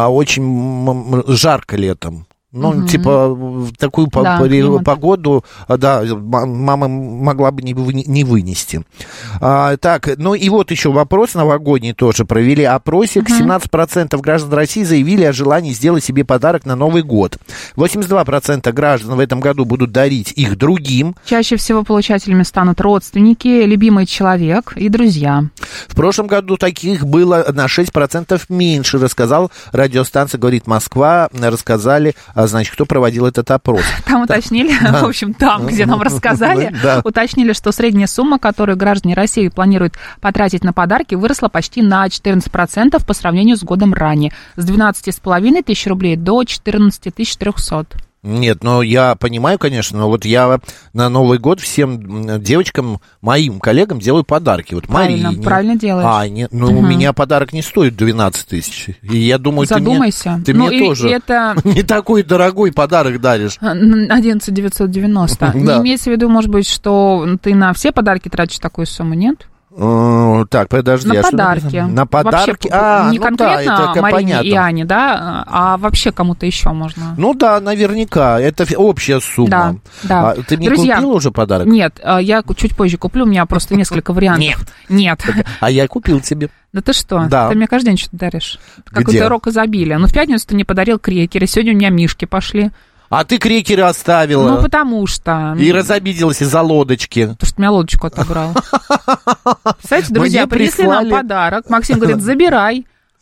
D: очень жарко летом. Ну, типа, в такую погоду, да, мама могла бы не вынести. Так, ну и вот еще вопрос новогодний тоже. Провели опросик. 17% граждан России заявили о желании сделать себе подарок на Новый год. 82% граждан в этом году будут дарить их другим.
B: Чаще всего получателями станут родственники, любимый человек и друзья.
D: В прошлом году таких было на 6% меньше, рассказал радиостанция «Говорит Москва». Рассказали, значит, кто проводил этот опрос.
B: Там уточнили, в общем, там, где нам рассказали, уточнили, что средняя сумма, которую граждане России планируют потратить на подарки, выросла почти на 14% по сравнению с годом ранее. С 12,5 тысяч рублей до 14 300.
D: Нет, ну я понимаю, конечно, но вот я на Новый год всем девочкам, моим коллегам делаю подарки. Вот Марине.
B: Правильно делаешь.
D: У меня подарок не стоит 12 тысяч. И я думаю,
B: задумайся.
D: ты мне тоже не такой дорогой подарок даришь.
B: 11 990. Не имеется в виду, может быть, что ты на все подарки тратишь такую сумму, нет?
D: Так, подожди.
B: На подарки.
D: На подарки?
B: Вообще, не конкретно Марине и Ане, да, а вообще кому-то еще можно.
D: Ну да, наверняка. Это общая сумма.
B: Да.
D: Ты мне купила уже подарок?
B: Нет, я чуть позже куплю, у меня просто несколько вариантов. Нет.
D: А я купил тебе.
B: Да ты что?
D: Да.
B: Ты мне каждый день что-то даришь. Какой-то рок изобилия. Ну, в пятницу ты мне подарил крекеры, сегодня у меня мишки пошли.
D: А ты крекеры оставила.
B: Ну, потому что...
D: И разобиделась из-за лодочки.
B: Потому что меня лодочку отобрал. Кстати, друзья, принесли нам подарок. Максим говорит, забирай.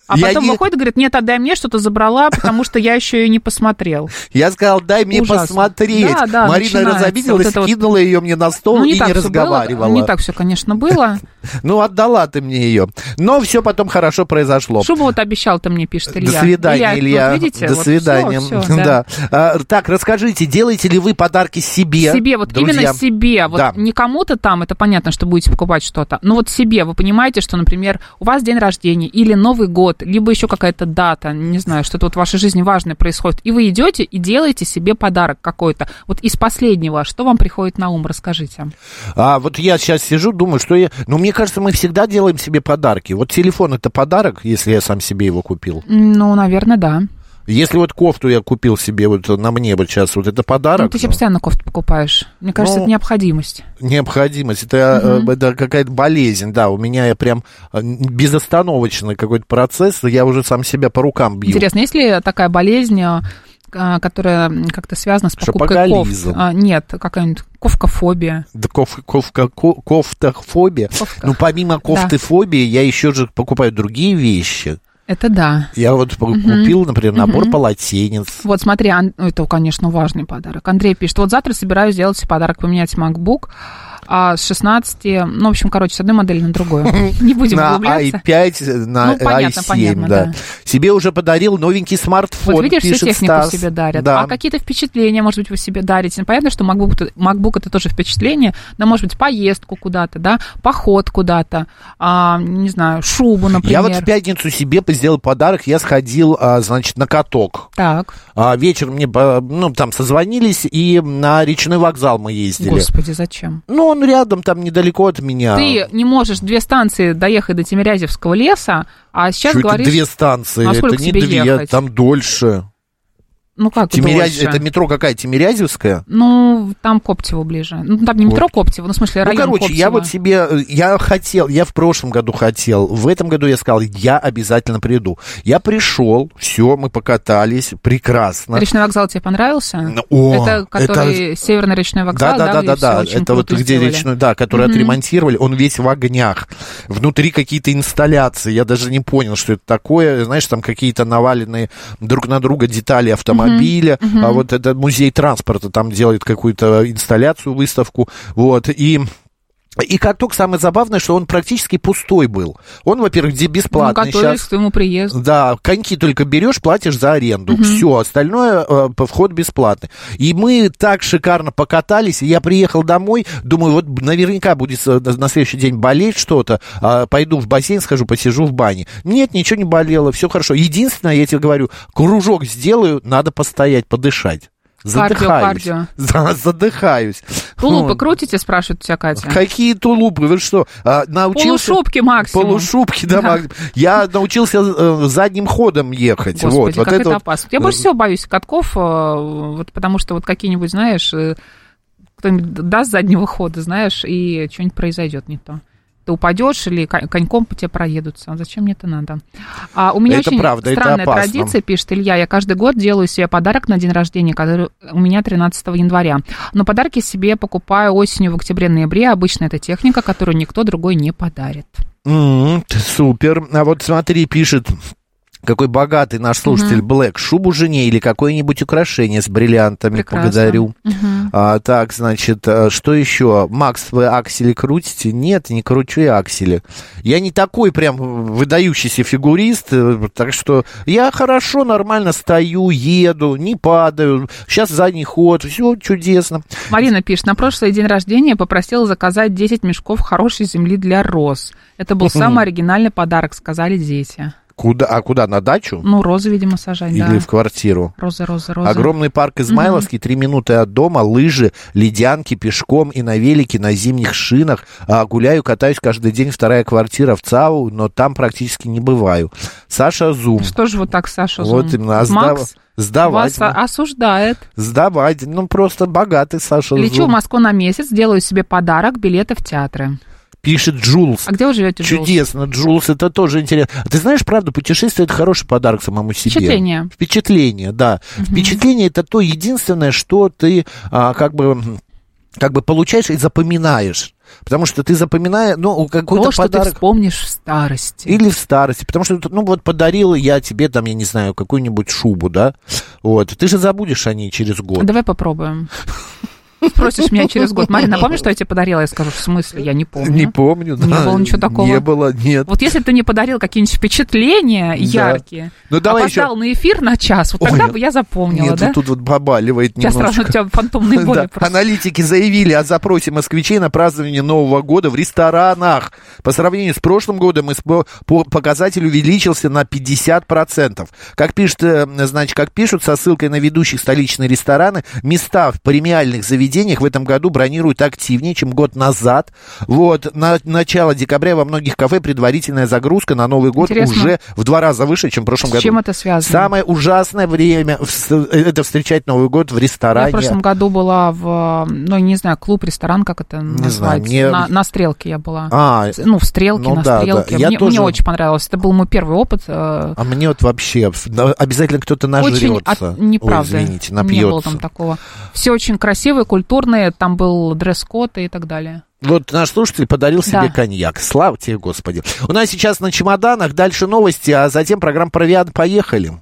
B: А потом выходит и говорит, нет, отдай мне, что-то забрала, потому что я еще ее не посмотрел.
D: Я сказал, дай мне посмотреть. Марина разобиделась, кинула ее мне на стол и не разговаривала.
B: Не так все, конечно, было.
D: Ну, отдала ты мне ее. Но все потом хорошо произошло.
B: Шубу вот обещал ты мне, пишет Илья.
D: До свидания, Илья.
B: Вот видите,
D: до свидания.
B: Все, да.
D: Так, расскажите, делаете ли вы подарки себе?
B: Себе, вот друзьям? Именно себе. Вот да. Не кому-то там, это понятно, что будете покупать что-то. Но вот себе, вы понимаете, что, например, у вас день рождения или Новый год, либо еще какая-то дата, не знаю, что-то вот в вашей жизни важное происходит, и вы идете и делаете себе подарок какой-то. Вот из последнего, что вам приходит на ум, расскажите.
D: Вот я сейчас сижу, думаю, что я... Ну, мне кажется, мы всегда делаем себе подарки. Вот телефон — это подарок, если я сам себе его купил?
B: Ну, наверное, да.
D: Если вот кофту я купил себе вот на мне вот сейчас, вот это подарок.
B: Ну, ты себе постоянно кофту покупаешь. Мне кажется, это необходимость.
D: Необходимость. Это какая-то болезнь, да. У меня я прям безостановочный какой-то процесс, я уже сам себя по рукам бью.
B: Интересно, есть ли такая болезнь, которая как-то связана с покупкой кофт? Нет, какая-нибудь кофтофобия.
D: Да, кофтофобия. Ну, помимо кофтофобии, я еще же покупаю другие вещи.
B: Это да.
D: Я вот купил, например, набор полотенец.
B: Вот смотри, это, конечно, важный подарок. Андрей пишет, вот завтра собираюсь сделать себе подарок, поменять MacBook с 16, ну, в общем, короче, с одной модели на другую. Не будем углубляться.
D: На i5, на i7, да. Себе уже подарил новенький смартфон,
B: вот видишь,
D: пишет
B: всю технику
D: Стас.
B: себе дарят.
D: Да.
B: А какие-то впечатления, может быть, вы себе дарите. Понятно, что MacBook это тоже впечатление, да, может быть, поездку куда-то, да, поход куда-то, не знаю, шубу, например.
D: Я вот в пятницу себе сделал подарок, я сходил, значит, на каток.
B: Так.
D: Вечером мне, ну, там созвонились, и на речной вокзал мы ездили.
B: Господи, зачем?
D: Ну, он рядом, там недалеко от меня.
B: Ты не можешь 2 станции доехать до Тимирязевского леса, а сейчас
D: что
B: говоришь...
D: Это 2 станции,
B: а
D: это не 2, там дольше.
B: Ну, как дольше?
D: Это метро какая, Тимирязевская?
B: Ну, там Коптево ближе. Ну, там не метро Коптево, ну, в смысле, район Коптево.
D: Я вот себе, я в прошлом году хотел, в этом году я сказал, я обязательно приду. Я пришел, все, мы покатались, прекрасно.
B: Речной вокзал тебе понравился? Это который Северный речной вокзал, да?
D: Да, это вот где речной, да, который отремонтировали, он весь в огнях. Внутри какие-то инсталляции, я даже не понял, что это такое. Знаешь, там какие-то наваленные друг на друга детали автомобиля. А вот это музей транспорта там делает какую-то инсталляцию, выставку, вот, и каток, самое забавное, что он практически пустой был. Он, во-первых, где бесплатный.
B: Ну, готовились к твоему приезду.
D: Да, коньки только берешь, платишь за аренду. Все, остальное вход бесплатный. И мы так шикарно покатались. Я приехал домой, думаю, вот наверняка будет на следующий день болеть что-то. Пойду в бассейн, схожу, посижу в бане. Нет, ничего не болело, все хорошо. Единственное, я тебе говорю, кружок сделаю, надо постоять, подышать. Задыхаюсь.
B: Кардио.
D: Задыхаюсь.
B: Тулупы крутите, спрашивает тебя Катя.
D: Какие тулупы? Вы что, научился...
B: Полушубки максимум.
D: Полушубки, да, максимум. Я научился задним ходом ехать.
B: Господи, как это опасно. Я больше всего боюсь катков, вот, потому что вот какие-нибудь, знаешь, кто-нибудь даст заднего хода, знаешь, и что-нибудь произойдет не то. Ты упадешь или коньком по тебе проедутся. Зачем мне это надо? У меня это очень правда, странная традиция, пишет Илья. Я каждый год делаю себе подарок на день рождения, который у меня 13 января. Но подарки себе покупаю осенью, в октябре-ноябре. Обычно это техника, которую никто другой не подарит.
D: Супер. А вот смотри, пишет... Какой богатый наш слушатель Блэк. Шубу жене или какое-нибудь украшение с бриллиантами. Прекрасно. Благодарю. Так, значит, что еще? Макс, вы аксели крутите? Нет, не кручу я аксели. Я не такой прям выдающийся фигурист, так что я хорошо, нормально стою, еду, не падаю. Сейчас задний ход, все чудесно.
B: Марина пишет, на прошлый день рождения попросила заказать 10 мешков хорошей земли для роз. Это был самый оригинальный подарок, сказали дети.
D: Куда? На дачу?
B: Ну, розы, видимо, сажать,
D: или в квартиру?
B: Розы.
D: Огромный парк Измайловский, 3 минуты от дома, лыжи, ледянки, пешком и на велике, на зимних шинах. Гуляю, катаюсь каждый день, 2-я квартира в ЦАУ, но там практически не бываю. Саша Зум.
B: Что же вот так, Саша Зум?
D: Вот именно.
B: Макс
D: сдавать.
B: Вас осуждает.
D: Сдавать. Ну, просто богатый Саша Зум.
B: Лечу в Москву на месяц, делаю себе подарок, билеты в театры.
D: Пишет Джулс.
B: А где вы живете, Джулс?
D: Чудесно, Джулс, это тоже интересно. Ты знаешь, правда, путешествие — это хороший подарок самому себе. Впечатление, да. Впечатление — это то единственное, что ты как бы получаешь и запоминаешь. Потому что ты запоминаешь, какой-то
B: то, что
D: подарок...
B: ты вспомнишь в старости.
D: Или в старости. Потому что, подарила я тебе, там, я не знаю, какую-нибудь шубу, да? Вот. Ты же забудешь о ней через год.
B: Давай попробуем. Спросишь меня через год: Марина, помнишь, что я тебе подарила? Я скажу: в смысле? Я не помню.
D: Не помню, да.
B: Не было ничего такого.
D: Не было, нет.
B: Вот если ты мне подарил какие-нибудь впечатления яркие, опоздал на эфир на час, вот тогда бы я запомнила, да?
D: Нет, тут вот побаливает немножко.
B: Сейчас сразу у тебя фантомные боли просто.
D: Аналитики заявили о запросе москвичей на празднование Нового года в ресторанах. По сравнению с прошлым годом показатель увеличился на 50%. Как пишут со ссылкой на ведущих столичные рестораны, места в премиальных заведениях в этом году бронируют активнее, чем год назад. Вот, на начало декабря во многих кафе предварительная загрузка на Новый год уже в 2 раза выше, чем в прошлом году.
B: С чем это связано?
D: Самое ужасное время это встречать Новый год в ресторане.
B: Я в прошлом году была клуб, ресторан, как это называется? На Стрелке я была. В Стрелке, на Стрелке. Мне очень понравилось. Это был мой первый опыт.
D: А мне вот вообще обязательно кто-то нажрется.
B: Неправда.
D: Извините, напьется.
B: Не было там такого. Все очень красиво, культурные, там был дресс-код и так далее.
D: Вот наш слушатель подарил себе коньяк. Слава тебе, Господи. У нас сейчас на чемоданах, дальше новости, а затем программа «Провиант». Поехали.